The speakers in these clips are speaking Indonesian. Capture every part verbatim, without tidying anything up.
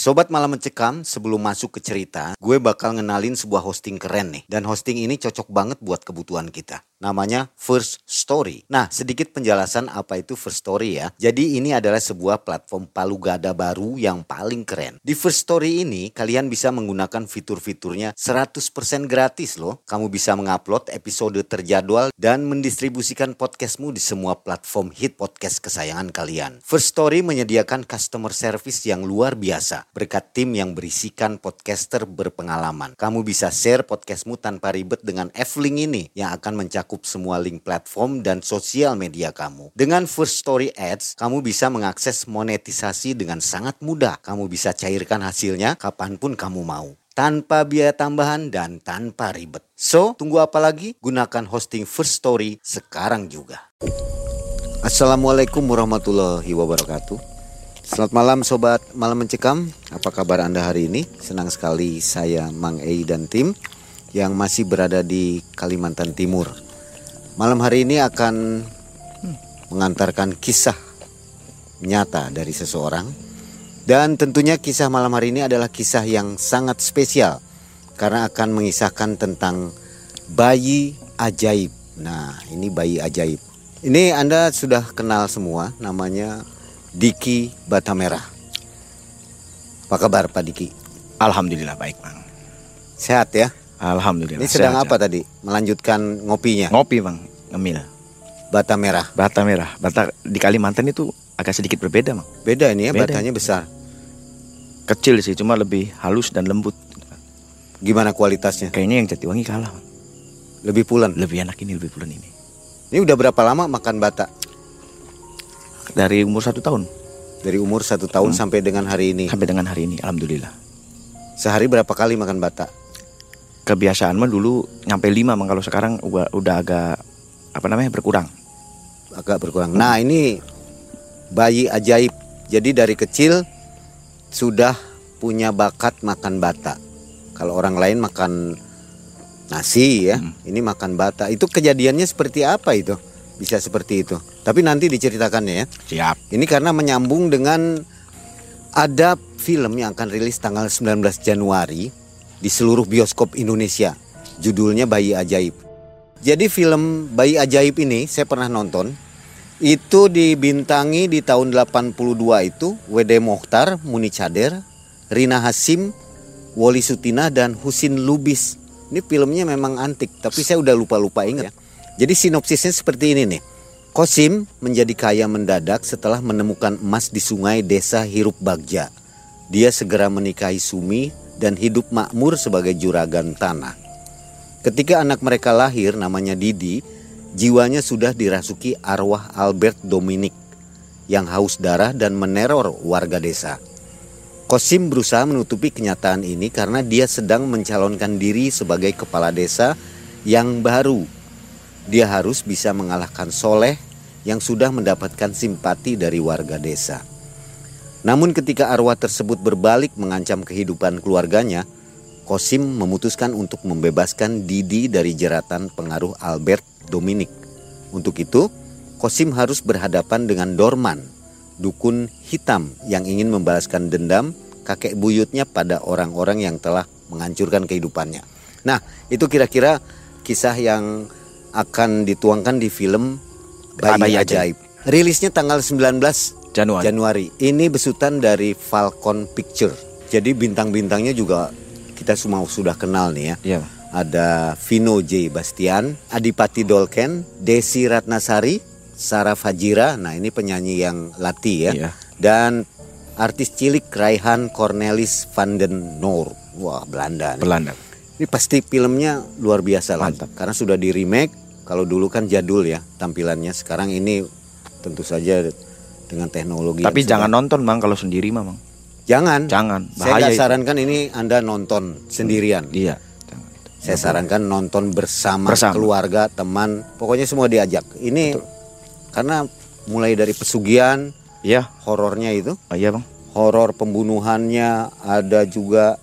Sobat Malam Mencekam, sebelum masuk ke cerita, gue bakal ngenalin sebuah hosting keren nih. Dan hosting ini cocok banget buat kebutuhan kita. Namanya First Story. Nah, sedikit penjelasan apa itu First Story ya. Jadi ini adalah sebuah platform palu gada baru yang paling keren. Di First Story ini, kalian bisa menggunakan fitur-fiturnya seratus persen gratis loh. Kamu bisa mengupload episode terjadwal dan mendistribusikan podcastmu di semua platform hit podcast kesayangan kalian. First Story menyediakan customer service yang luar biasa. Berkat tim yang berisikan podcaster berpengalaman. Kamu bisa share podcastmu tanpa ribet dengan F-Link ini yang akan mencakup semua link platform dan sosial media kamu. Dengan First Story Ads, kamu bisa mengakses monetisasi dengan sangat mudah. Kamu bisa cairkan hasilnya kapanpun kamu mau. Tanpa biaya tambahan dan tanpa ribet. So, tunggu apa lagi? Gunakan hosting First Story sekarang juga. Assalamualaikum warahmatullahi wabarakatuh. Selamat malam Sobat Malam Mencekam. Apa kabar Anda hari ini? Senang sekali saya Mang Ei dan tim yang masih berada di Kalimantan Timur. Malam hari ini akan mengantarkan kisah nyata dari seseorang. Dan tentunya kisah malam hari ini adalah kisah yang sangat spesial. Karena akan mengisahkan tentang bayi ajaib. Nah, ini bayi ajaib. Ini Anda sudah kenal semua, namanya Diki Batamera. Apa kabar Pak Diki? Alhamdulillah baik Bang. Sehat ya? Alhamdulillah. Ini sedang sehat, apa sehat. tadi? Melanjutkan ngopinya? Ngopi Bang, ngemil. Bata merah. Bata merah. Bata di Kalimantan itu agak sedikit berbeda Bang. Beda ini ya, Beda. batanya besar. Kecil sih, cuma lebih halus dan lembut. Gimana kualitasnya? Kayaknya yang Jatiwangi kalah Bang. Lebih pulen? Lebih enak ini, lebih pulen ini. Ini udah berapa lama makan bata? Dari umur satu tahun. Dari umur satu tahun hmm. sampai dengan hari ini? Sampai dengan hari ini, Alhamdulillah. Sehari berapa kali makan bata? Kebiasaan mah dulu nyampe lima Bang. Kalau sekarang udah, udah agak apa namanya berkurang. Agak berkurang. Nah ini bayi ajaib. Jadi dari kecil sudah punya bakat makan bata. Kalau orang lain makan nasi ya, hmm. ini makan bata. Itu kejadiannya seperti apa itu? Bisa seperti itu. Tapi nanti diceritakannya ya. Siap. Ini karena menyambung dengan ada film yang akan rilis tanggal sembilan belas Januari di seluruh bioskop Indonesia. Judulnya Bayi Ajaib. Jadi film Bayi Ajaib ini saya pernah nonton. Itu dibintangi di tahun delapan puluh dua itu W D Mokhtar, Muni Chader, Rina Hasyim, Woli Sutina dan Husin Lubis. Ini filmnya memang antik, tapi saya udah lupa-lupa ingat ya. Jadi sinopsisnya seperti ini nih. Kosim menjadi kaya mendadak setelah menemukan emas di sungai desa Hirup Bagja. Dia segera menikahi Sumi dan hidup makmur sebagai juragan tanah. Ketika anak mereka lahir namanya Didi, jiwanya sudah dirasuki arwah Albert Dominic yang haus darah dan meneror warga desa. Kosim berusaha menutupi kenyataan ini karena dia sedang mencalonkan diri sebagai kepala desa yang baru. Dia harus bisa mengalahkan Soleh yang sudah mendapatkan simpati dari warga desa. Namun ketika arwah tersebut berbalik mengancam kehidupan keluarganya, Kosim memutuskan untuk membebaskan Didi dari jeratan pengaruh Albert Dominic. Untuk itu, Kosim harus berhadapan dengan Dorman, dukun hitam yang ingin membalaskan dendam kakek buyutnya pada orang-orang yang telah menghancurkan kehidupannya. Nah, itu kira-kira kisah yang akan dituangkan di film Bayi, Bayi Ajaib. Rilisnya tanggal sembilan belas Januari. Januari. Ini besutan dari Falcon Picture. Jadi bintang-bintangnya juga kita semua sudah kenal nih ya. Iya. Ada Vino J. Bastian, Adipati Dolken, Desi Ratnasari, Sarah Fajira. Nah ini penyanyi yang Lati ya. Iya. Dan artis cilik Raihan Cornelis van den Noor. Wah Belanda nih. Belanda. Ini pasti filmnya luar biasa lah. Mantap. Karena sudah di remake. Kalau dulu kan jadul ya tampilannya. Sekarang ini tentu saja dengan teknologi. Tapi jangan sudah... nonton Bang kalau sendiri Bang. Jangan. Jangan. Bahaya. Saya gak sarankan ini Anda nonton sendirian. Hmm. Iya. Jangan. Saya sarankan nonton bersama, bersama keluarga, teman. Pokoknya semua diajak. Ini betul. Karena mulai dari pesugihan, ya, horornya itu. Oh, iya Bang. Horor pembunuhannya, ada juga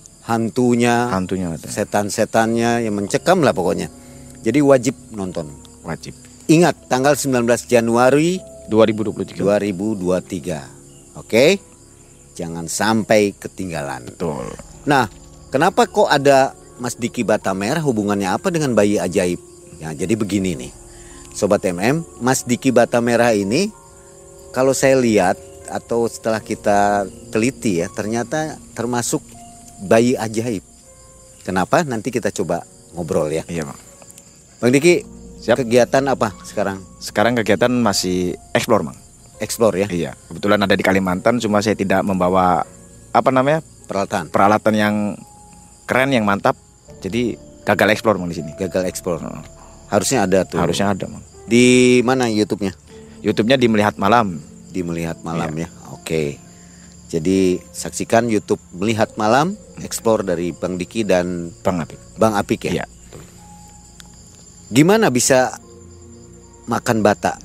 hantunya, hantunya ada. Setan-setannya yang mencekam lah pokoknya. Jadi wajib nonton. Wajib. Ingat tanggal sembilan belas Januari dua ribu dua puluh tiga. dua ribu dua puluh tiga. Oke. jangan sampai ketinggalan. Betul. Nah, kenapa kok ada Mas Diki Batamerah, hubungannya apa dengan bayi ajaib? Ya, jadi begini nih, Sobat M M, Mas Diki Batamerah ini kalau saya lihat atau setelah kita teliti ya, ternyata termasuk bayi ajaib. Kenapa? Nanti kita coba ngobrol ya. Iya, Bang. Bang Diki, siap. Kegiatan apa sekarang? Sekarang kegiatan masih explore, Bang. Explore ya? Iya, kebetulan ada di Kalimantan, cuma saya tidak membawa apa namanya peralatan peralatan yang keren, yang mantap. Jadi gagal explore, Bang, di sini. Gagal explore. Hmm. Harusnya ada tuh. Harusnya ada, Bang. Di mana YouTube-nya? YouTube-nya di Melihat Malam. Di Melihat Malam iya. Ya. Oke. Jadi saksikan YouTube Melihat Malam, explore dari Bang Diki dan Bang Apik. Bang Apik ya. Iya. Gimana bisa makan bata?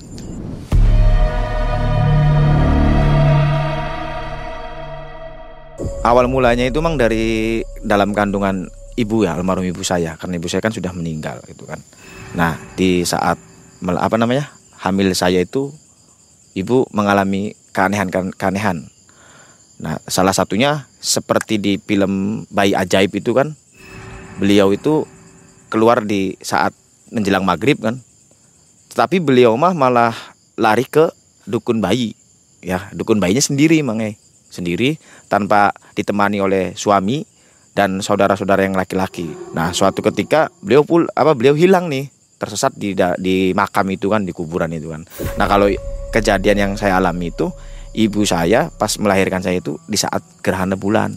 Awal mulanya itu, Mang, dari dalam kandungan ibu ya, almarhum ibu saya, karena ibu saya kan sudah meninggal gitu kan. Nah, di saat apa namanya hamil saya itu, ibu mengalami keanehan-keanehan. Nah, salah satunya seperti di film Bayi Ajaib itu kan, beliau itu keluar di saat menjelang maghrib kan, tetapi beliau mah malah lari ke dukun bayi, ya dukun bayinya sendiri, Mang, eh. sendiri tanpa ditemani oleh suami dan saudara-saudara yang laki-laki. Nah, suatu ketika beliau pul apa beliau hilang nih, tersesat di di makam itu kan, di kuburan itu kan. Nah, kalau kejadian yang saya alami itu, ibu saya pas melahirkan saya itu di saat gerhana bulan.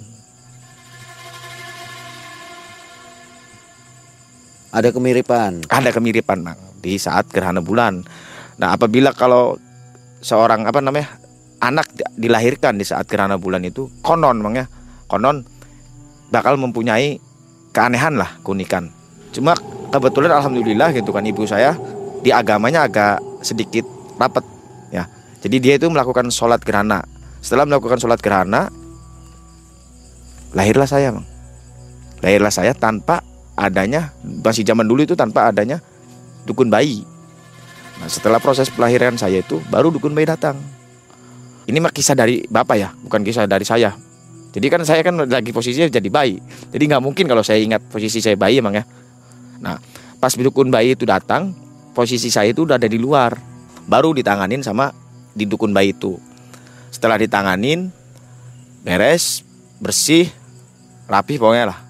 Ada kemiripan. Ada kemiripan, Mang, di saat gerhana bulan. Nah, apabila kalau seorang apa namanya anak dilahirkan di saat gerhana bulan itu, konon, Mang, ya, konon bakal mempunyai keanehan lah, keunikan. Cuma kebetulan alhamdulillah gitu kan, ibu saya di agamanya agak sedikit rapat ya. Jadi dia itu melakukan sholat gerhana. Setelah melakukan sholat gerhana, lahirlah saya, Mang. Lahirlah saya tanpa adanya, masih zaman dulu itu tanpa adanya dukun bayi. Nah, setelah proses pelahiran saya itu, baru dukun bayi datang. Ini mah kisah dari bapak ya, bukan kisah dari saya. Jadi kan saya kan lagi posisinya jadi bayi, jadi nggak mungkin kalau saya ingat posisi saya bayi, Emang ya. Nah, pas dukun bayi itu datang, posisi saya itu udah ada di luar, baru ditanganin sama di dukun bayi itu. Setelah ditanganin, beres, bersih, rapih pokoknya lah.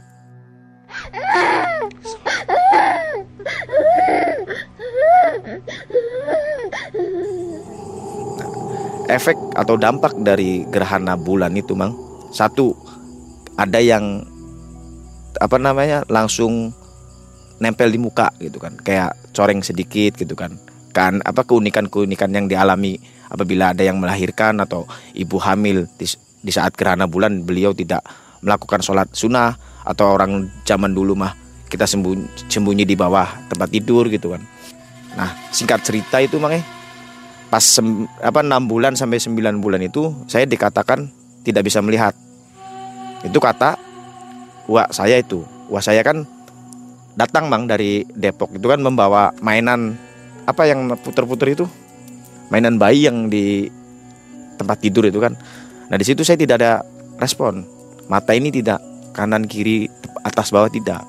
Efek atau dampak dari gerhana bulan itu, Mang, satu, ada yang apa namanya langsung nempel di muka gitu kan, kayak coreng sedikit gitu kan. Kan apa keunikan-keunikan yang dialami apabila ada yang melahirkan atau ibu hamil di, di saat gerhana bulan, beliau tidak melakukan sholat sunnah, atau orang zaman dulu mah kita sembunyi, sembunyi di bawah tempat tidur gitu kan. Nah, singkat cerita itu, Mang, eh, pas sem, apa enam bulan sampai sembilan bulan itu saya dikatakan tidak bisa melihat. Itu kata wak saya itu. Wak saya kan datang, Mang, dari Depok itu kan membawa mainan apa yang puter-puter itu, mainan bayi yang di tempat tidur itu kan. Nah, di situ saya tidak ada respon. Mata ini tidak, kanan kiri atas bawah tidak.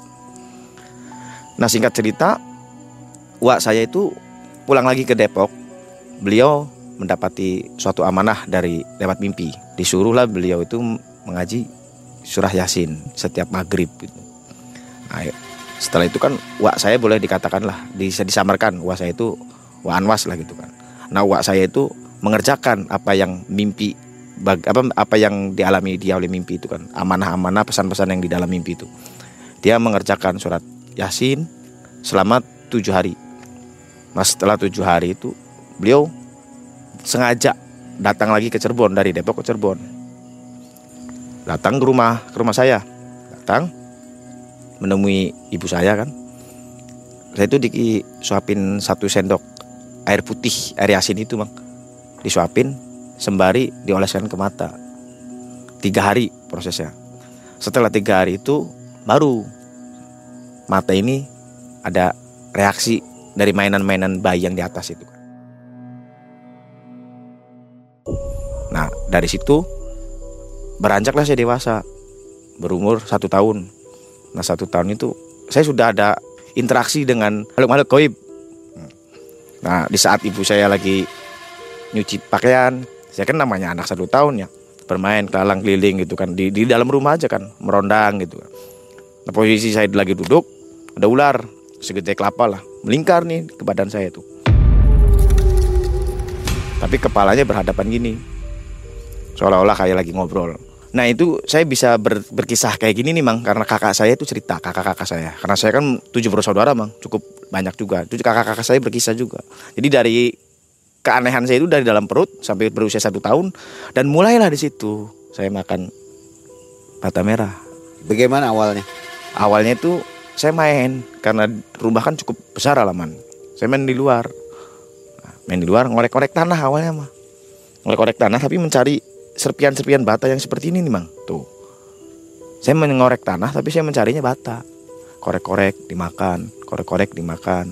Nah, singkat cerita, wak saya itu pulang lagi ke Depok. Beliau mendapati suatu amanah dari lewat mimpi. Disuruhlah beliau itu mengaji surah Yasin setiap maghrib gitu. Nah, setelah itu kan wak saya boleh dikatakan lah, bisa disamarkan wak saya itu wak Anwas lah gitu kan. Nah, wak saya itu mengerjakan apa yang mimpi, bag, apa apa yang dialami dia oleh mimpi itu kan, amanah-amanah pesan-pesan yang di dalam mimpi itu. Dia mengerjakan surat Yasin selama tujuh hari. Nah, setelah tujuh hari itu beliau sengaja datang lagi ke Cirebon, dari Depok ke Cirebon. Datang ke rumah, ke rumah saya. Datang menemui ibu saya kan. Saya itu disuapin satu sendok air putih, air Yasin itu, Mang. Disuapin sembari dioleskan ke mata. Tiga hari prosesnya. Setelah tiga hari itu baru mata ini ada reaksi dari mainan-mainan bayi yang di atas itu. Nah, dari situ beranjaklah saya dewasa, berumur satu tahun. Nah satu tahun itu saya sudah ada interaksi dengan makhluk-makhluk gaib. Nah di saat ibu saya lagi nyuci pakaian, saya kan namanya anak satu tahun ya, bermain kelalang keliling gitu kan, di, di dalam rumah aja kan, merondang gitu. Nah posisi saya lagi duduk, ada ular segede kelapa lah, melingkar nih ke badan saya tuh. Tapi kepalanya berhadapan gini, seolah-olah kayak lagi ngobrol. Nah itu saya bisa ber, berkisah kayak gini nih Mang, karena kakak saya itu cerita, kakak-kakak saya. Karena saya kan tujuh bersaudara Mang, cukup banyak juga. Tujuh kakak-kakak saya berkisah juga. Jadi dari keanehan saya itu dari dalam perut sampai berusia satu tahun. Dan mulailah di situ saya makan bata merah. Bagaimana awalnya? Awalnya itu saya main, karena rumah kan cukup besar halaman. Saya main di luar. Nah, main di luar ngorek-ngorek tanah awalnya mah. Ngorek-ngorek tanah tapi mencari serpian-serpian bata yang seperti ini nih Mang. Tuh. Saya mengorek tanah tapi saya mencarinya bata. Korek-korek dimakan, korek-korek dimakan.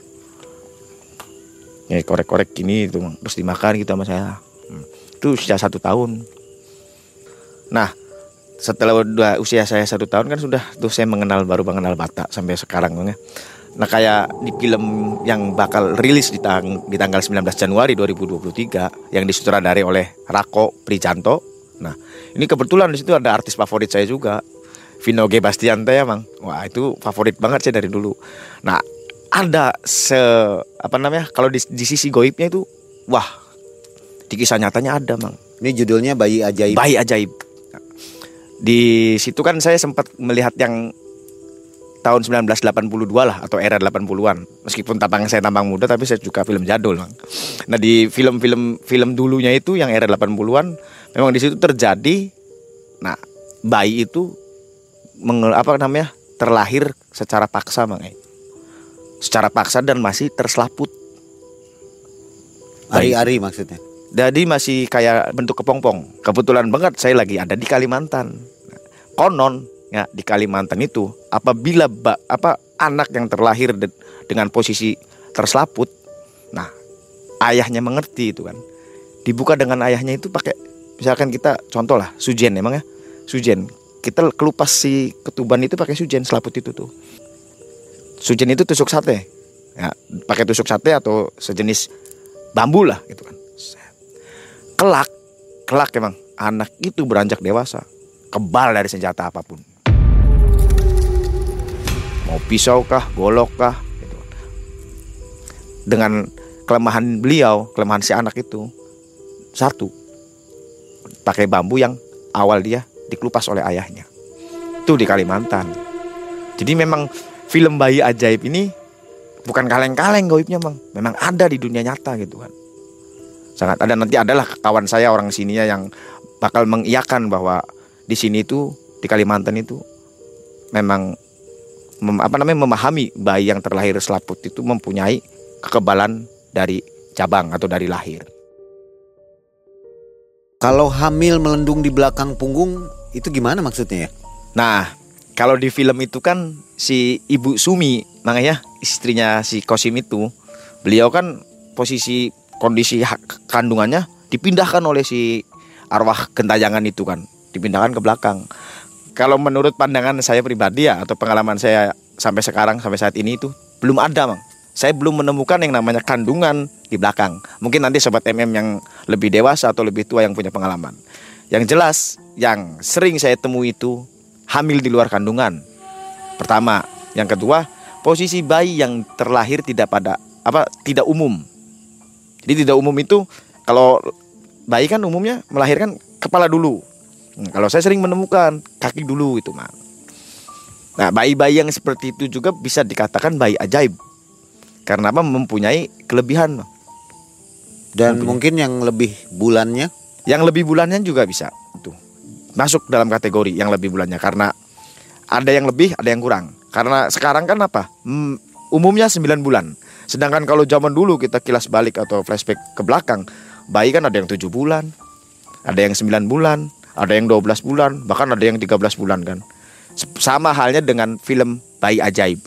Ya korek-korek gini itu Mang, terus dimakan gitu sama saya. Hmm. Itu sudah satu tahun. Nah, setelah udah usia saya satu tahun kan sudah tuh saya mengenal baru mengenal bata sampai sekarang Mang ya. Nah kayak di film yang bakal rilis di, tang- di tanggal sembilan belas Januari dua ribu dua puluh tiga yang disutradarai oleh Rako Prijanto. Nah ini kebetulan di situ ada artis favorit saya juga, Vino G. Bastianto ya Mang. Wah itu favorit banget saya dari dulu. Nah ada se apa namanya kalau di, di sisi goibnya itu, wah di kisah nyatanya ada Mang. Ini judulnya Bayi Ajaib. Bayi Ajaib. Nah, di situ kan saya sempat melihat yang tahun sembilan belas delapan puluh dua lah, atau era delapan puluhan. Meskipun tampang saya tampang muda tapi saya juga film jadul Mang. Nah di film-film film dulunya itu yang era delapan puluhan memang di situ terjadi, nah bayi itu menge, apa namanya terlahir secara paksa Mang. Secara paksa dan masih terselaput. Ari-ari maksudnya. Jadi masih kayak bentuk kepompong. Kebetulan banget saya lagi ada di Kalimantan. Konon ya di Kalimantan itu apabila ba, apa anak yang terlahir de, dengan posisi terselaput, nah ayahnya mengerti itu kan, dibuka dengan ayahnya itu pakai misalkan kita contoh lah sujen emang ya sujen, kita kelupas si ketuban itu pakai sujen selaput itu tuh. Sujen itu tusuk sate ya, pakai tusuk sate atau sejenis bambu lah gitu kan. Kelak kelak emang anak itu beranjak dewasa kebal dari senjata apapun. Mau pisau kah, golok kah gitu. Dengan kelemahan beliau, kelemahan si anak itu satu, pakai bambu yang awal dia dikelupas oleh ayahnya. Itu di Kalimantan. Jadi memang film Bayi Ajaib ini bukan kaleng-kaleng goibnya Bang. Memang ada di dunia nyata gitu kan. Sangat ada. Nanti adalah kawan saya orang sininya yang bakal mengiyakan bahwa di sini itu di Kalimantan itu memang Mem, apa namanya memahami bayi yang terlahir selaput itu mempunyai kekebalan dari cabang atau dari lahir. Kalau hamil melendung di belakang punggung itu gimana maksudnya ya? Nah kalau di film itu kan si Ibu Sumi makanya istrinya si Kosim itu, beliau kan posisi kondisi hak kandungannya dipindahkan oleh si arwah gentayangan itu kan, dipindahkan ke belakang. Kalau menurut pandangan saya pribadi ya, atau pengalaman saya sampai sekarang, sampai saat ini itu belum ada Bang. Saya belum menemukan yang namanya kandungan di belakang. Mungkin nanti Sobat M M yang lebih dewasa atau lebih tua yang punya pengalaman. Yang jelas, yang sering saya temui itu hamil di luar kandungan. Pertama. Yang kedua, posisi bayi yang terlahir tidak pada apa tidak umum. Jadi tidak umum itu kalau bayi kan umumnya melahirkan kepala dulu. Hmm, kalau saya sering menemukan kaki dulu itu Mang. Nah bayi-bayi yang seperti itu juga bisa dikatakan bayi ajaib. Karena apa? Mempunyai kelebihan Mang. Dan mempunyai. Mungkin yang lebih bulannya? Yang lebih bulannya juga bisa itu masuk dalam kategori yang lebih bulannya. Karena ada yang lebih, ada yang kurang. Karena sekarang kan apa? Hmm, umumnya sembilan bulan. Sedangkan kalau zaman dulu kita kilas balik atau flashback ke belakang, bayi kan ada yang tujuh bulan, ada yang sembilan bulan, ada yang dua belas bulan, bahkan ada yang tiga belas bulan kan. Sama halnya dengan film Bayi Ajaib.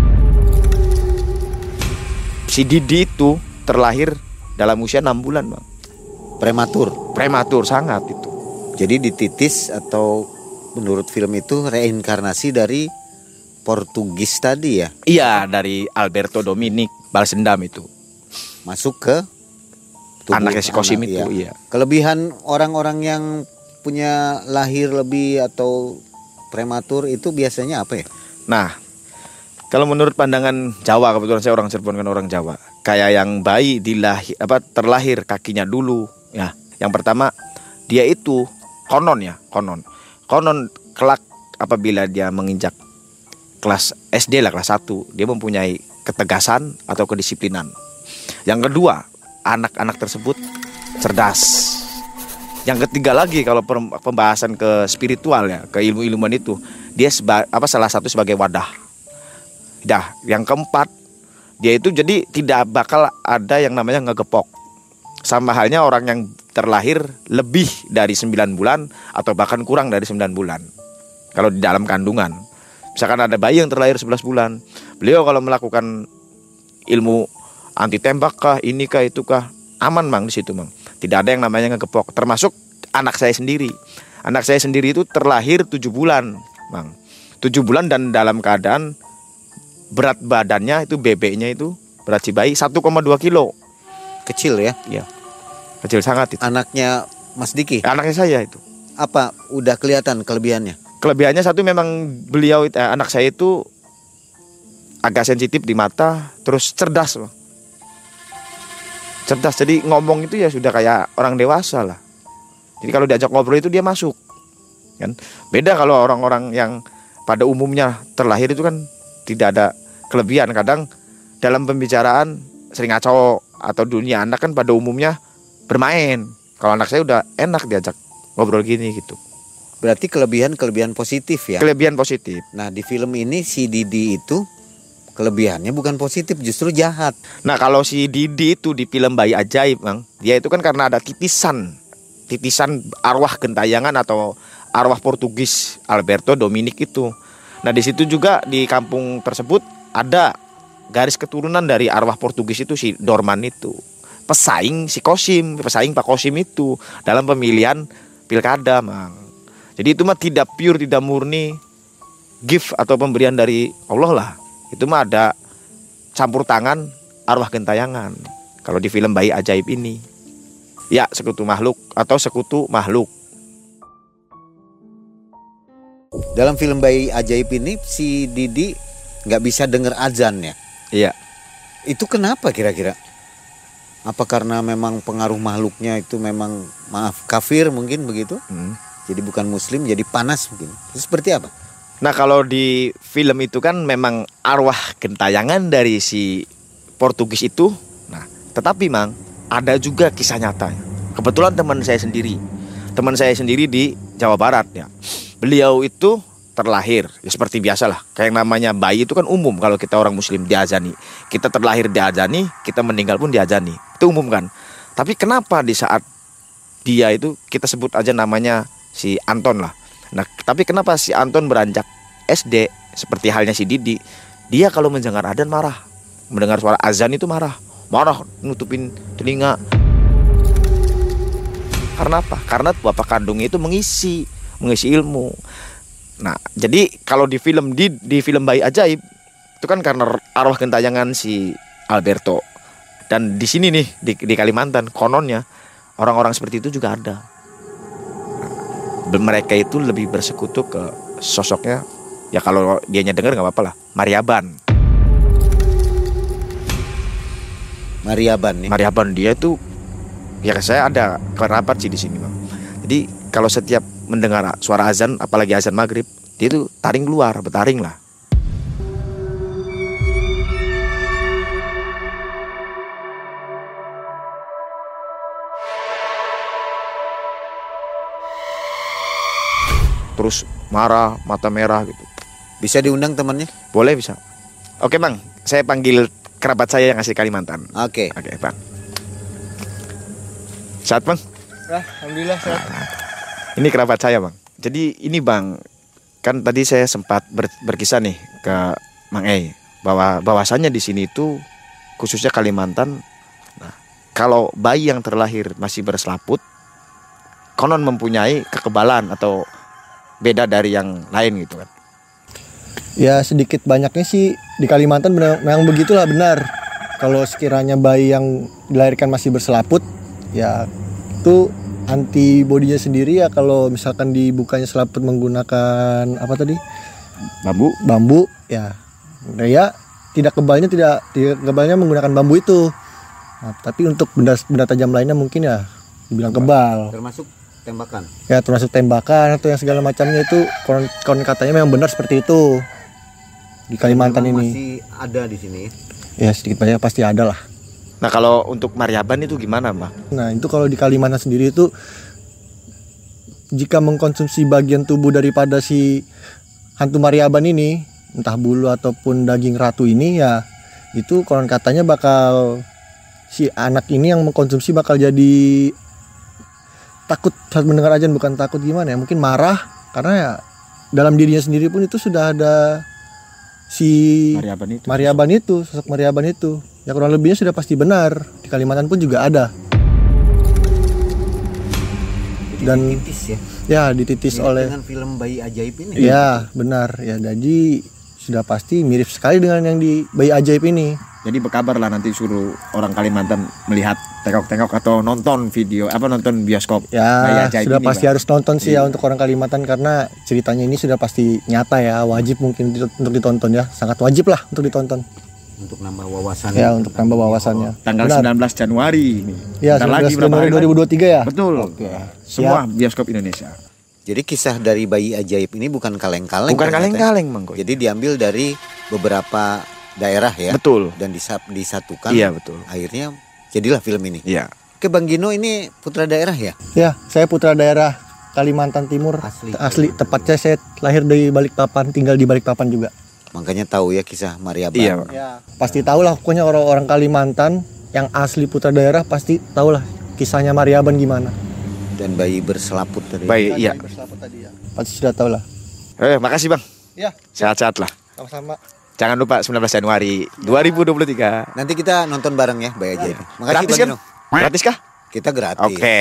Si Didi itu terlahir dalam usia enam bulan Bang. Prematur. Prematur sangat itu. Jadi dititis atau menurut film itu reinkarnasi dari Portugis tadi ya? Iya, dari Alberto Dominic balas dendam itu. Masuk ke tubuh Anaknya si Kosim anak, itu, ya. iya. Kelebihan orang-orang yang punya lahir lebih atau prematur itu biasanya apa ya? Nah, kalau menurut pandangan Jawa, kebetulan saya orang Cirebon kan orang Jawa. Kayak yang bayi dilahir apa terlahir kakinya dulu, ya. Yang pertama dia itu konon ya, konon. Konon kelak apabila dia menginjak kelas S D lah, kelas satu, dia mempunyai ketegasan atau kedisiplinan. Yang kedua, anak-anak tersebut cerdas. Yang ketiga lagi kalau pembahasan ke spiritual ya, ke ilmu-ilmuan itu, dia seba, apa salah satu sebagai wadah. Dah, yang keempat, dia itu jadi tidak bakal ada yang namanya ngegepok. Sama halnya orang yang terlahir lebih dari sembilan bulan atau bahkan kurang dari sembilan bulan. Kalau di dalam kandungan. Misalkan ada bayi yang terlahir sebelas bulan, beliau kalau melakukan ilmu anti tembak kah, ini kah, itu kah, aman Mang di situ Mang. Tidak ada yang namanya ngegepok. Termasuk anak saya sendiri. Anak saya sendiri itu terlahir tujuh bulan Mang. tujuh bulan dan dalam keadaan berat badannya itu bebeknya itu berat si bayi satu koma dua kilo. Kecil ya? Iya. Kecil sangat itu. Anaknya Mas Diki? Anaknya saya itu. Apa udah kelihatan kelebihannya? Kelebihannya satu memang beliau eh, anak saya itu agak sensitif di mata, terus cerdas, Bang. Cerdas. Jadi ngomong itu ya sudah kayak orang dewasa lah. Jadi kalau diajak ngobrol itu dia masuk. Kan? Beda kalau orang-orang yang pada umumnya terlahir itu kan tidak ada kelebihan. Kadang dalam pembicaraan sering ngaco, atau dunia anak kan pada umumnya bermain. Kalau anak saya udah enak diajak ngobrol gini gitu. Berarti kelebihan-kelebihan positif ya? Kelebihan positif. Nah di film ini si Didi itu kelebihannya bukan positif, justru jahat. Nah kalau si Didi itu di film Bayi Ajaib Bang, dia itu kan karena ada titisan Titisan arwah gentayangan atau arwah Portugis Alberto Dominic itu. Nah di situ juga di kampung tersebut ada garis keturunan dari arwah Portugis itu, si Dorman itu. Pesaing si Kosim, pesaing Pak Kosim itu dalam pemilihan pilkada Mang. Jadi itu mah tidak pure, tidak murni gift atau pemberian dari Allah lah. Itu mah ada campur tangan arwah gentayangan. Kalau di film Bayi Ajaib ini, ya sekutu makhluk atau sekutu makhluk. Dalam film Bayi Ajaib ini si Didi nggak bisa dengar azan ya? Iya. Itu kenapa kira-kira? Apa karena memang pengaruh makhluknya itu memang maaf kafir mungkin begitu? Hmm. Jadi bukan muslim, jadi panas mungkin. Itu seperti apa? Nah kalau di film itu kan memang arwah gentayangan dari si Portugis itu. Nah tetapi Mang ada juga kisah nyata. Kebetulan teman saya sendiri, teman saya sendiri di Jawa Barat ya. Beliau itu terlahir ya seperti biasa lah. Kayak namanya bayi itu kan umum kalau kita orang muslim diazani. Kita terlahir diazani, kita meninggal pun diazani. Itu umum kan. Tapi kenapa di saat dia itu kita sebut aja namanya si Anton lah. Nah, tapi kenapa si Anton beranjak S D seperti halnya si Didi, dia kalau mendengar adzan marah, mendengar suara azan itu marah, marah nutupin telinga. Karena apa? Karena bapak kandungnya itu mengisi, mengisi ilmu. Nah, jadi kalau di film di di film Bayi Ajaib itu kan karena arwah gentayangan si Alberto. Dan di sini nih di, di Kalimantan kononnya orang-orang seperti itu juga ada. Mereka itu lebih bersekutu ke sosoknya, ya kalau dianya dengar nggak apa-apa lah, Mariaban. Mariaban nih. Mariaban dia itu, ya saya ada kerabat sih di sini Bang. Jadi kalau setiap mendengar suara azan, apalagi azan maghrib, dia itu taring keluar, bertaring lah. Terus marah, mata merah gitu. Bisa diundang temannya? Boleh bisa. Oke Bang, saya panggil kerabat saya yang asli Kalimantan. Oke. Oke Bang. Sehat Bang? Ya, alhamdulillah sehat. Nah, ini kerabat saya Bang. Jadi ini Bang, kan tadi saya sempat ber, berkisah nih ke Mang E bahwa bahwasannya di sini itu khususnya Kalimantan. Nah, kalau bayi yang terlahir masih berselaput, konon mempunyai kekebalan atau beda dari yang lain gitu kan. Ya sedikit banyaknya sih di Kalimantan benar, memang begitulah benar. Kalau sekiranya bayi yang dilahirkan masih berselaput, ya itu antibodinya sendiri ya kalau misalkan dibukanya selaput menggunakan apa tadi? Bambu. Bambu, ya. Nah, ya tidak kebalnya tidak tidak kebalnya menggunakan bambu itu. Nah, tapi untuk benda benda tajam lainnya mungkin ya dibilang kebal. Termasuk tembakan. Ya termasuk tembakan atau yang segala macamnya itu konon, konon katanya memang benar seperti itu di Kalimantan ini. Masih ada di sini. Ya sedikit banyak pasti ada lah. Nah kalau untuk Maryaban itu gimana, Mbak? Nah itu kalau di Kalimantan sendiri itu jika mengkonsumsi bagian tubuh daripada si hantu Maryaban ini, entah bulu ataupun daging ratu ini, ya itu konon katanya bakal si anak ini yang mengkonsumsi bakal jadi takut saat mendengar ajan, bukan takut gimana ya, mungkin marah karena ya dalam dirinya sendiri pun itu sudah ada si Maryaban itu. Maryaban itu, sosok Maryaban itu. Ya kurang lebihnya sudah pasti benar. Di Kalimantan pun juga ada. Jadi Dan dititis ya. Ya dititis Mirip oleh. dengan film Bayi Ajaib ini. Ya benar. Ya jadi sudah pasti mirip sekali dengan yang di Bayi Ajaib ini. Jadi berkabar lah nanti suruh orang Kalimantan melihat tengok-tengok atau nonton video apa nonton bioskop. Ya sudah ini, pasti Bang. harus nonton sih Iya. ya untuk orang Kalimantan karena ceritanya ini sudah pasti nyata ya, wajib mungkin untuk ditonton ya, sangat wajib lah untuk ditonton. Untuk nambah wawasan. Ya untuk tambah wawasannya. Tanggal Benar. sembilan belas Januari ini. Ya Bentar sembilan belas berapa Januari hari dua ribu dua puluh tiga ya. Betul. Oke. Semua bioskop Indonesia. Jadi kisah dari Bayi Ajaib ini bukan kaleng-kaleng. Bukan ternyata. kaleng-kaleng, Bang Koy. Jadi diambil dari beberapa daerah ya. Betul. Dan disap, disatukan. Iya, betul. Akhirnya jadilah film ini. Iya. Ke Bang Gino ini putra daerah ya? Ya, saya putra daerah Kalimantan Timur. Asli. Asli, tepatnya saya lahir di Balikpapan, tinggal di Balikpapan juga. Makanya tahu ya kisah Maryaban. Iya, Bang. Ya, pasti tahu lah pokoknya orang-orang Kalimantan yang asli putra daerah pasti tahu lah kisahnya Maryaban gimana. Dan bayi berselaput tadi. Baik, iya. Pasti sudah tahu lah. Eh, makasih, Bang. Ya, Sehat-sehat lah. sama-sama. Jangan lupa sembilan belas Januari dua ribu dua puluh tiga. Nanti kita nonton bareng ya Bayi Ajaib. Makasih Gratis Bang kan? Gino. Gratis kah? Kita gratis. Oke.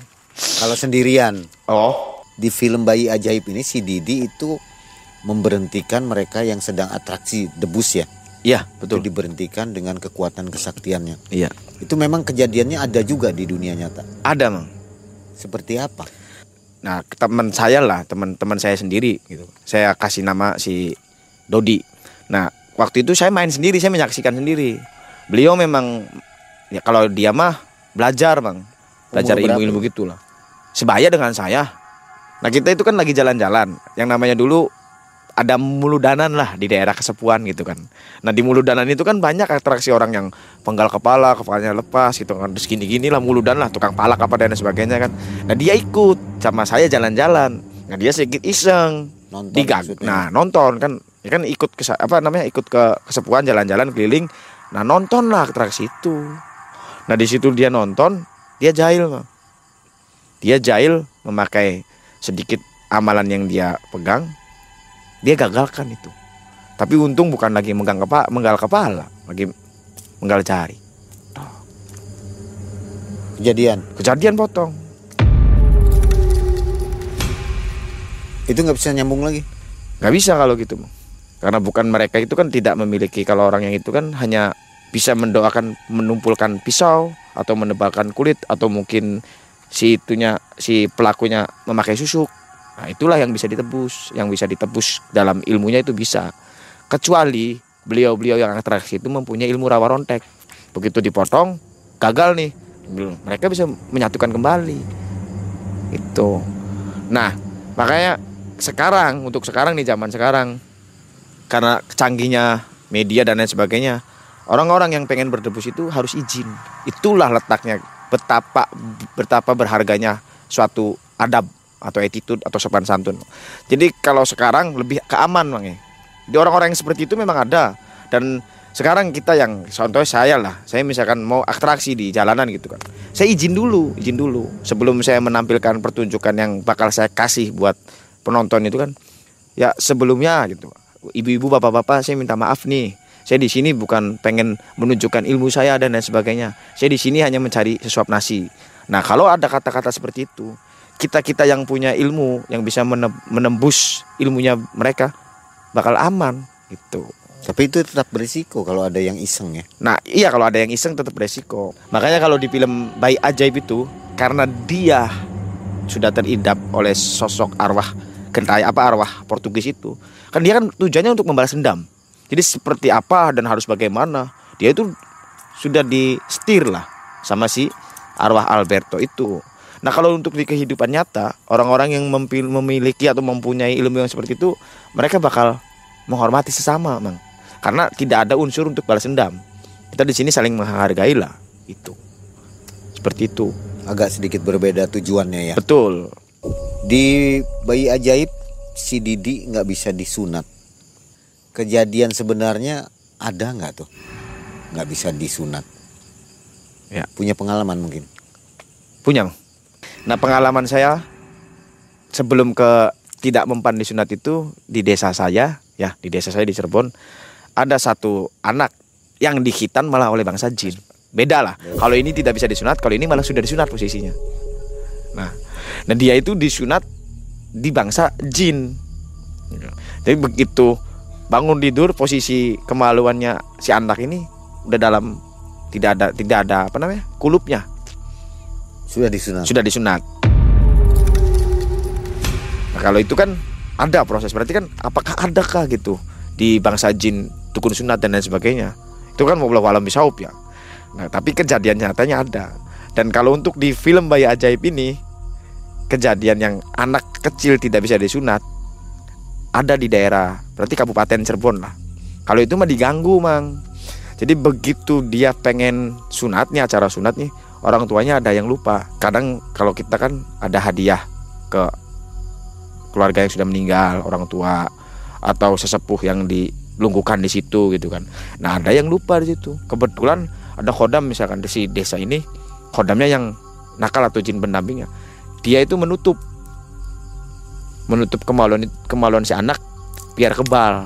Kalau sendirian Oh, di film Bayi Ajaib ini si Didi itu memberhentikan mereka yang sedang atraksi debus ya. iya, Itu betul. diberhentikan dengan kekuatan kesaktiannya. Iya. Itu memang kejadiannya ada juga di dunia nyata. Ada, Bang. Seperti apa? Nah, teman saya lah, teman-teman saya sendiri gitu. Saya kasih nama si Dodi. Nah, waktu itu saya main sendiri, saya menyaksikan sendiri. Beliau memang ya kalau dia mah belajar, Bang. Belajar Umur berapa? ilmu-ilmu gitulah. Sebaya dengan saya. Nah, kita itu kan lagi jalan-jalan. Yang namanya dulu ada Muludanan lah di daerah Kesepuan gitu kan. Nah, di Muludanan itu kan banyak atraksi orang yang penggal kepala, kepalanya lepas gitu kan. Terus gini-gini lah Muludan lah, tukang palak apa dan sebagainya kan. Nah, dia ikut sama saya jalan-jalan. Nah, dia sedikit iseng. Nonton Digag. maksudnya. Nah, nonton kan ya kan ikut ke apa namanya? Ikut ke Kesepuan jalan-jalan keliling. Nah, nonton lah atraksi itu. Nah, di situ dia nonton, dia jahil, Bang. Dia jahil memakai sedikit amalan yang dia pegang. Dia gagalkan itu. Tapi untung bukan lagi menggal kepala, menggal kepala, lagi menggal jari. Kejadian. Kejadian potong. Itu nggak bisa nyambung lagi. Nggak bisa kalau gitu, Bang. Karena bukan mereka itu kan tidak memiliki, kalau orang yang itu kan hanya bisa mendoakan menumpulkan pisau atau menebalkan kulit atau mungkin si itunya si pelakunya memakai susuk. Nah, itulah yang bisa ditebus, yang bisa ditebus dalam ilmunya itu bisa. Kecuali beliau-beliau yang atraksi itu mempunyai ilmu rawa rontek. Begitu dipotong, gagal nih. Mereka bisa menyatukan kembali. Itu. Nah, makanya sekarang, untuk sekarang nih zaman sekarang, karena canggihnya media dan lain sebagainya, orang-orang yang pengen berdebus itu harus izin. Itulah letaknya betapa betapa berharganya suatu adab atau attitude atau sopan santun. Jadi kalau sekarang lebih keaman, Bang ya. Di orang-orang yang seperti itu memang ada. Dan sekarang kita yang contohnya saya lah, saya misalkan mau atraksi di jalanan gitu kan. Saya izin dulu, izin dulu sebelum saya menampilkan pertunjukan yang bakal saya kasih buat penonton itu kan. Ya sebelumnya gitu. Ibu-ibu, bapak-bapak, saya minta maaf nih. Saya di sini bukan pengen menunjukkan ilmu saya dan lain sebagainya. Saya di sini hanya mencari sesuap nasi. Nah, kalau ada kata-kata seperti itu, kita-kita yang punya ilmu, yang bisa menembus ilmunya mereka bakal aman gitu. Tapi itu tetap berisiko kalau ada yang iseng ya. Nah iya, kalau ada yang iseng tetap beresiko. Makanya kalau di film Bayi Ajaib itu, karena dia sudah terindap oleh sosok arwah gentaya apa arwah Portugis itu, kan dia kan tujuannya untuk membalas dendam. Jadi seperti apa dan harus bagaimana, dia itu sudah di setir lah sama si arwah Alberto itu. Nah kalau untuk di kehidupan nyata, orang-orang yang memiliki atau mempunyai ilmu yang seperti itu, mereka bakal menghormati sesama, Mang. Karena tidak ada unsur untuk balas dendam. Kita di sini saling menghargai lah, itu. Seperti itu. Agak sedikit berbeda tujuannya ya. Betul. Di Bayi Ajaib si Didi nggak bisa disunat. Kejadian sebenarnya ada nggak tuh? Nggak bisa disunat. Ya. Punya pengalaman mungkin? Punya. Nah pengalaman saya sebelum ke tidak mempan disunat itu di desa saya, ya di desa saya di Cirebon, ada satu anak yang dihitan malah oleh bangsa jin. Beda lah. Kalau ini tidak bisa disunat, kalau ini malah sudah disunat posisinya. Nah, nah dia itu disunat di bangsa jin. Jadi begitu bangun tidur, posisi kemaluannya si anak ini udah dalam, tidak ada tidak ada apa namanya kulupnya. Sudah disunat. Sudah disunat. Nah, kalau itu kan ada proses, berarti kan apakah adakah gitu di bangsa jin dukun sunat dan lain sebagainya. Itu kan wallahu alam bisawab ya. Nah, tapi kejadian nyatanya ada. Dan kalau untuk di film Bayi Ajaib ini, kejadian yang anak kecil tidak bisa disunat ada di daerah, berarti Kabupaten Cirebon lah. Kalau itu mah diganggu, Mang. Jadi begitu dia pengen sunatnya, acara sunat nih, orang tuanya ada yang lupa. Kadang kalau kita kan ada hadiah ke keluarga yang sudah meninggal, orang tua atau sesepuh yang dilungguhkan di situ gitu kan. Nah ada yang lupa di situ. Kebetulan ada khodam misalkan di si desa ini, khodamnya yang nakal atau jin pendampingnya, dia itu menutup menutup kemaluan kemaluan si anak biar kebal.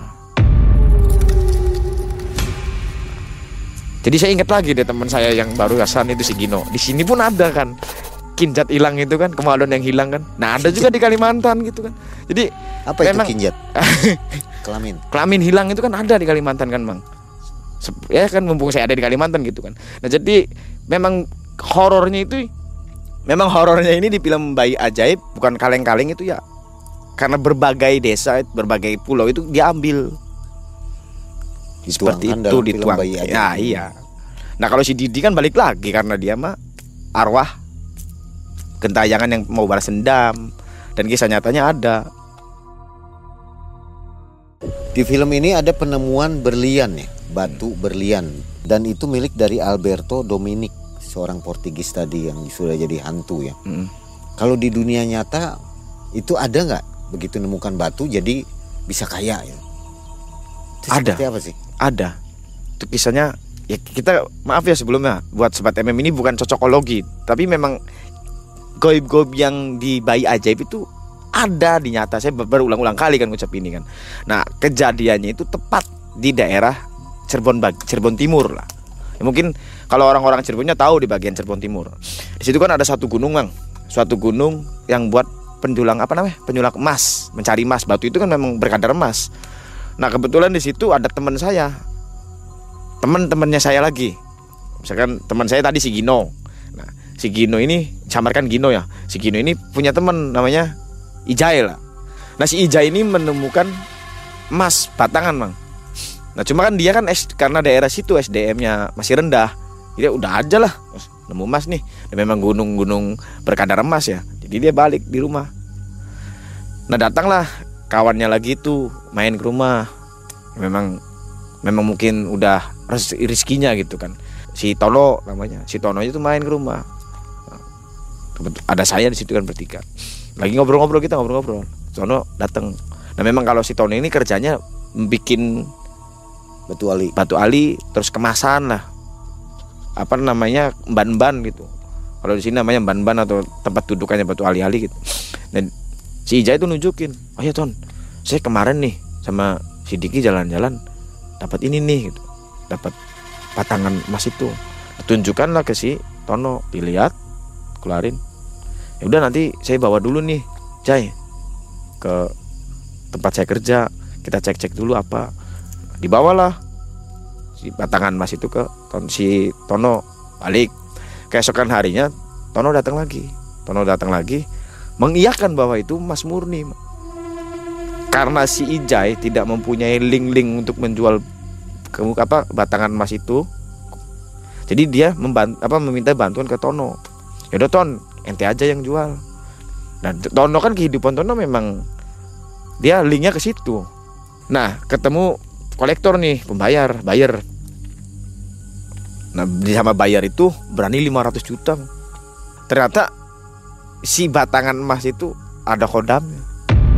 Jadi saya ingat lagi deh teman saya yang baru asan itu si Gino. Di sini pun ada kan kinjat hilang itu kan, kemaluan yang hilang kan. Nah ada juga di Kalimantan gitu kan. Jadi apa itu memang, kinjat? Kelamin. Kelamin hilang itu kan ada di Kalimantan kan, Mang. Ya kan mumpung saya ada di Kalimantan gitu kan. Nah jadi memang horornya itu, memang horornya ini di film Bayi Ajaib bukan kaleng-kaleng itu ya. Karena berbagai desa, berbagai pulau itu diambil. Seperti itu dituang. Ya iya. Nah kalau si Didi kan balik lagi karena dia mah arwah gentayangan yang mau balas dendam, dan kisah nyatanya ada. Di film ini ada penemuan berlian ya, batu berlian, dan itu milik dari Alberto Dominic, seorang Portugis tadi yang sudah jadi hantu ya. Mm. Kalau di dunia nyata itu ada nggak begitu nemukan batu jadi bisa kaya ya? Itu ada. Seperti apa sih? Ada. Itu kisahnya ya, kita maaf ya sebelumnya buat sobat M M ini bukan cocokologi, tapi memang goib-goib yang di Bayi Ajaib itu ada di nyata. Saya berulang-ulang kali kan ngucap ini kan. Nah kejadiannya itu tepat di daerah Cirebon bag, Cirebon Timur lah. Ya, mungkin kalau orang-orang Cirebonnya tahu di bagian Cirebon Timur. Di situ kan ada satu gunung, Mang. Suatu gunung yang buat penjulang apa namanya? Penyulang emas, mencari emas. Batu itu kan memang berkadar emas. Nah kebetulan di situ ada teman saya, teman-temannya saya lagi. Misalkan teman saya tadi si Gino. Nah si Gino ini, samarkan Gino ya. Si Gino ini punya teman namanya Ijai lah. Nah si Ijai ini menemukan emas batangan, Mang. Nah cuma kan dia kan karena daerah situ S D M-nya masih rendah, jadi udah aja lah nemu emas nih. Dan memang gunung-gunung berkadar emas ya. Jadi dia balik di rumah. Nah datanglah kawannya lagi itu main ke rumah. Memang memang mungkin udah rezekinya gitu kan. Si Tono namanya, si Tono itu main ke rumah. Ada saya di situ kan bertiga. Lagi ngobrol-ngobrol kita ngobrol-ngobrol. Tono datang. Nah memang kalau si Tono ini kerjanya bikin batu ali, batu ali terus kemasan lah. Apa namanya ban-ban gitu. Kalau di sini namanya ban-ban atau tempat dudukannya batu ali-ali gitu. Dan si Ija itu nunjukin, oh ya Ton, saya kemarin nih sama si Diki jalan-jalan dapat ini nih gitu, dapat batangan emas itu. Tunjukkanlah ke si Tono, dilihat, keluarin. Ya udah nanti saya bawa dulu nih, Jai, ke tempat saya kerja, kita cek-cek dulu apa. Dibawalah si batangan emas itu ke ton, si Tono balik. Keesokan harinya Tono datang lagi. Tono datang lagi mengiyakan bahwa itu emas murni. Karena si Ijai tidak mempunyai link-link untuk menjual ke, apa batangan emas itu. Jadi dia membant, apa, meminta bantuan ke Tono. Yaudah Ton, ente aja yang jual. Nah Tono kan kehidupan Tono memang dia linknya ke situ. Nah ketemu kolektor nih, pembayar, bayar. Nah sama bayar itu berani lima ratus juta. Ternyata si batangan emas itu ada kodamnya.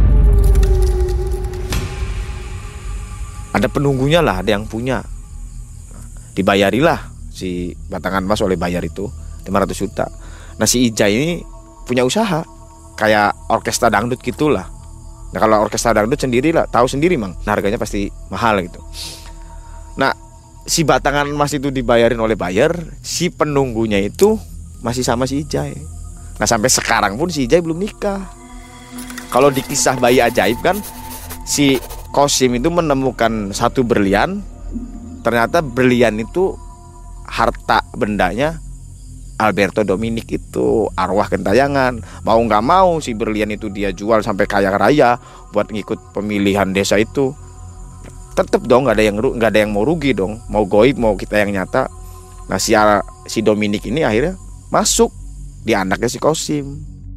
Ada penunggunya lah, ada yang punya. Dibayarilah si batangan emas oleh bayar itu lima ratus juta. Nah si Ijai ini punya usaha kayak orkestra dangdut gitulah. Nah kalau orkestra dangdut sendiri lah, tahu sendiri mang, nah, harganya pasti mahal gitu. Nah si batangan emas itu dibayarin oleh bayar, si penunggunya itu masih sama si Ijai. Nah sampai sekarang pun si Ijai belum nikah. Kalau di kisah Bayi Ajaib kan si Qasim itu menemukan satu berlian. Ternyata berlian itu harta bendanya Alberto Dominic itu, arwah gentayangan. Mau gak mau si berlian itu dia jual sampai kaya raya buat ngikut pemilihan desa itu. Tetep dong gak ada yang gak ada yang mau rugi dong. Mau goib mau kita yang nyata. Nah si, si Dominic ini akhirnya masuk di anaknya si Qasim.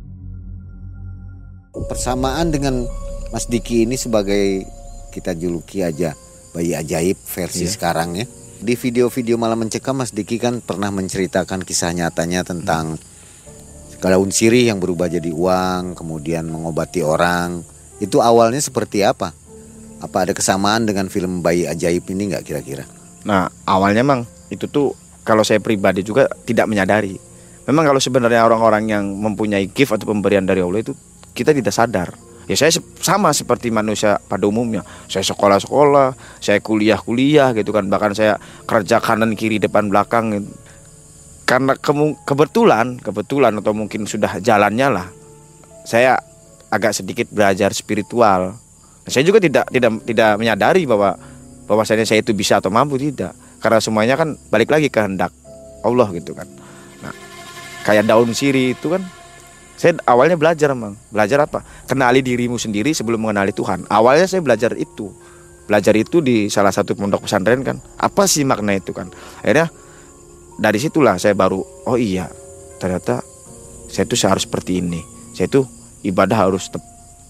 Persamaan dengan Mas Diki ini sebagai, kita juluki aja, Bayi Ajaib versi yeah. sekarang ya. Di video-video Malam Mencekam Mas Diki kan pernah menceritakan kisah nyatanya tentang hmm. daun sirih yang berubah jadi uang, kemudian mengobati orang. Itu awalnya seperti apa? Apa ada kesamaan dengan film Bayi Ajaib ini nggak kira-kira? Nah awalnya Mang, itu tuh kalau saya pribadi juga tidak menyadari. Memang kalau sebenarnya orang-orang yang mempunyai gift atau pemberian dari Allah itu kita tidak sadar. Ya saya sama seperti manusia pada umumnya. Saya sekolah-sekolah, saya kuliah-kuliah gitu kan. Bahkan saya kerja kanan kiri depan belakang gitu. Karena ke- kebetulan, kebetulan atau mungkin sudah jalannya lah, saya agak sedikit belajar spiritual. Nah, saya juga tidak tidak tidak menyadari bahwa bahwasanya saya itu bisa atau mampu, tidak. Karena semuanya kan balik lagi kehendak Allah gitu kan. Nah, kayak daun sirih itu kan, saya awalnya belajar Mang. Belajar apa? Kenali dirimu sendiri sebelum mengenali Tuhan. Awalnya saya belajar itu. Belajar itu di salah satu pondok pesantren kan. Apa sih makna itu kan? Akhirnya dari situlah saya baru, oh iya, ternyata saya itu harus seperti ini. Saya itu ibadah harus tep,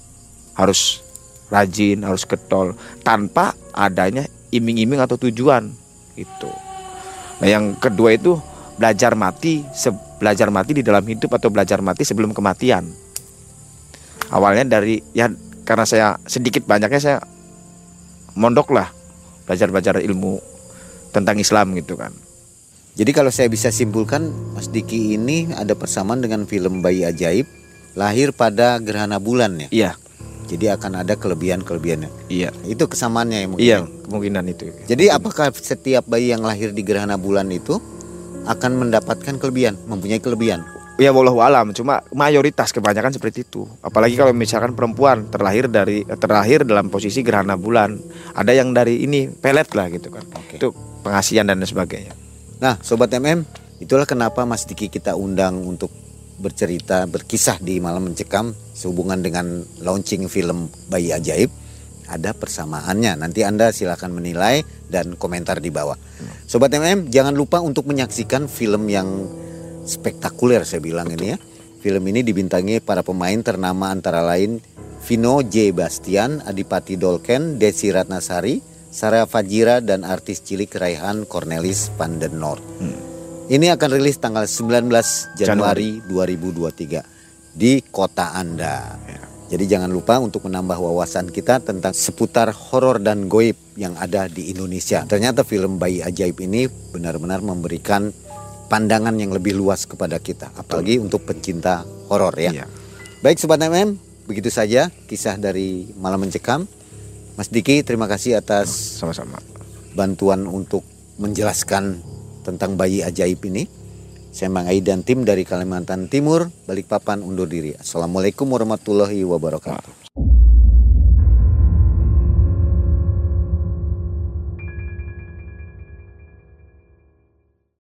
harus rajin, harus getol, tanpa adanya iming-iming atau tujuan itu. Nah yang kedua itu belajar mati, se- belajar mati di dalam hidup atau belajar mati sebelum kematian. Awalnya dari ya karena saya sedikit banyaknya saya mondok lah, belajar-belajar ilmu tentang Islam gitu kan. Jadi kalau saya bisa simpulkan, Mas Diki ini ada persamaan dengan film Bayi Ajaib, lahir pada gerhana bulan ya. Iya. Jadi akan ada kelebihan-kelebihannya. Iya. Itu kesamaannya ya mungkin. Iya, kemungkinan itu. Jadi apakah setiap bayi yang lahir di gerhana bulan itu akan mendapatkan kelebihan, mempunyai kelebihan? Ya wallahu alam, cuma mayoritas kebanyakan seperti itu. Apalagi kalau misalkan perempuan terlahir dari terlahir dalam posisi gerhana bulan, ada yang dari ini pelet lah gitu kan. Oke. Itu pengasihan dan sebagainya. Nah, Sobat M M, itulah kenapa Mas Diki kita undang untuk bercerita, berkisah di Malam Mencekam sehubungan dengan launching film Bayi Ajaib. Ada persamaannya. Nanti Anda silakan menilai dan komentar di bawah. Sobat M M, jangan lupa untuk menyaksikan film yang spektakuler saya bilang. Betul. Ini ya. Film ini dibintangi para pemain ternama antara lain Vino J. Bastian, Adipati Dolken, Desi Ratnasari, Sarah Fajira, dan artis cilik Raihan Cornelis van den Noord. Hmm. Ini akan rilis tanggal sembilan belas Januari dua ribu dua puluh tiga di kota Anda. Ya. Jadi jangan lupa untuk menambah wawasan kita tentang seputar horor dan goib yang ada di Indonesia. Ternyata film Bayi Ajaib ini benar-benar memberikan pandangan yang lebih luas kepada kita, apalagi Betul. Untuk pencinta horor ya. Ya. Baik Sobat M M, begitu saja kisah dari Malam Mencekam. Mas Diki, terima kasih atas sama-sama bantuan untuk menjelaskan tentang Bayi Ajaib ini. Saya Mang Aidan, tim dari Kalimantan Timur, Balikpapan undur diri. Assalamualaikum warahmatullahi wabarakatuh.